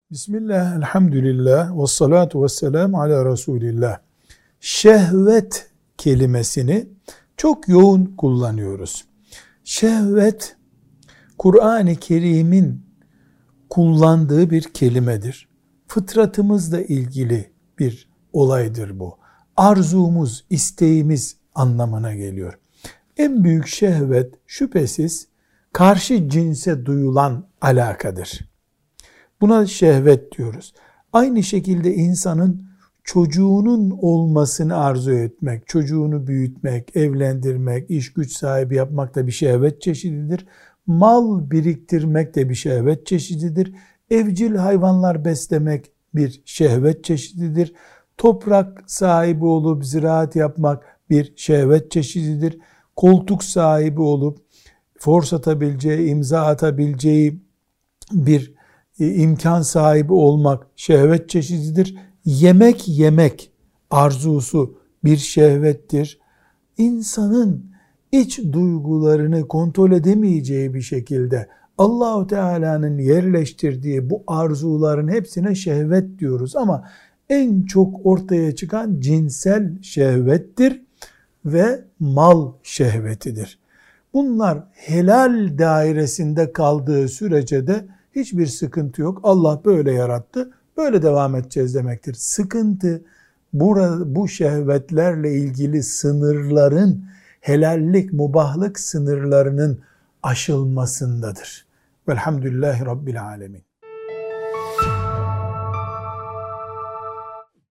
Bismillah, elhamdülillah, ve salatu ve selamu ala Resulillah. Şehvet kelimesini çok yoğun kullanıyoruz. Şehvet, Kur'an-ı Kerim'in kullandığı bir kelimedir. Fıtratımızla ilgili bir olaydır bu. Arzumuz, isteğimiz anlamına geliyor. En büyük şehvet şüphesiz karşı cinse duyulan alakadır. Buna şehvet diyoruz. Aynı şekilde insanın çocuğunun olmasını arzu etmek, çocuğunu büyütmek, evlendirmek, iş güç sahibi yapmak da bir şehvet çeşididir. Mal biriktirmek de bir şehvet çeşididir. Evcil hayvanlar beslemek bir şehvet çeşididir. Toprak sahibi olup ziraat yapmak bir şehvet çeşididir. Koltuk sahibi olup force atabileceği, imza atabileceği bir imkan sahibi olmak şehvet çeşididir. Yemek yemek arzusu bir şehvettir. İnsanın iç duygularını kontrol edemeyeceği bir şekilde Allah-u Teala'nın yerleştirdiği bu arzuların hepsine şehvet diyoruz ama en çok ortaya çıkan cinsel şehvettir ve mal şehvetidir. Bunlar helal dairesinde kaldığı sürece de hiçbir sıkıntı yok. Allah böyle yarattı, böyle devam edeceğiz demektir. Sıkıntı bu şehvetlerle ilgili sınırların, helallik, mubahlık sınırlarının aşılmasındadır. Velhamdülillahi Rabbil Alemin.